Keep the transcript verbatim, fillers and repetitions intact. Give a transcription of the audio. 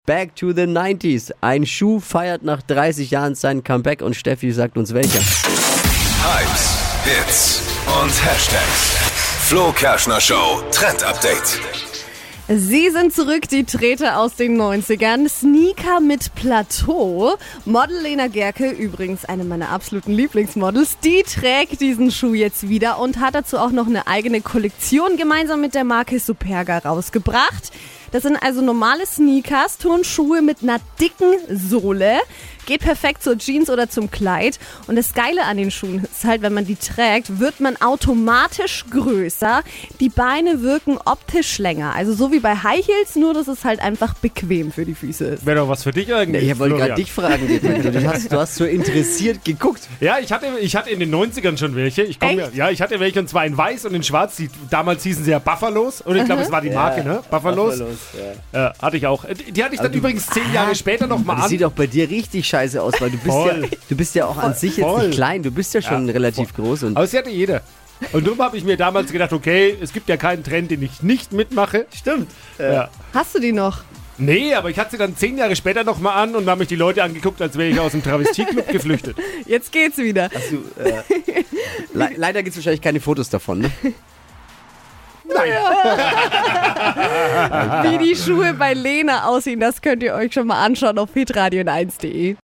Back to the nineties. Ein Schuh feiert nach dreißig Jahren sein Comeback und Steffi sagt uns welcher. Hypes, Hits und Hashtags. Flo Kerschner Show Trend Update. Sie sind zurück, die Treter aus den neunzigern. Sneaker mit Plateau. Model Lena Gerke, übrigens eine meiner absoluten Lieblingsmodels, die trägt diesen Schuh jetzt wieder und hat dazu auch noch eine eigene Kollektion gemeinsam mit der Marke Superga rausgebracht. Das sind also normale Sneakers, Turnschuhe mit einer dicken Sohle. Geht perfekt zur Jeans oder zum Kleid. Und das Geile an den Schuhen ist halt, wenn man die trägt, wird man automatisch größer. Die Beine wirken optisch länger. Also so wie bei High Heels, nur dass es halt einfach bequem für die Füße ist. Wäre doch was für dich eigentlich. Ich wollte gerade dich fragen. Du hast, du hast so interessiert geguckt. Ja, ich hatte, ich hatte in den neunzigern schon welche. Ich komm, ja, ja, ich hatte welche und zwar in weiß und in schwarz. Die, damals hießen sie ja Buffalos. Oder ich glaube, es war die Marke, ja, ne? Buffalos. Buffalos ja. Ja, hatte ich auch. Die, die hatte ich dann du, übrigens zehn Jahre später nochmal Das an. sieht auch bei dir richtig scheiße aus, weil du bist, ja, du bist ja auch an sich jetzt Voll. nicht klein. Du bist ja schon Ja, relativ voll. groß. Und Aber sie hatte jeder. Und darum habe ich mir damals gedacht, okay, es gibt ja keinen Trend, den ich nicht mitmache. stimmt. Ja. Hast du die noch? Nee, aber ich hatte sie dann zehn Jahre später nochmal an und da haben mich die Leute angeguckt, als wäre ich aus dem Travestieclub geflüchtet. Jetzt geht's wieder. Hast du, äh, le leider gibt es wahrscheinlich keine Fotos davon, ne? Wie die Schuhe bei Lena aussehen, das könnt ihr euch schon mal anschauen auf hitradio eins punkt de.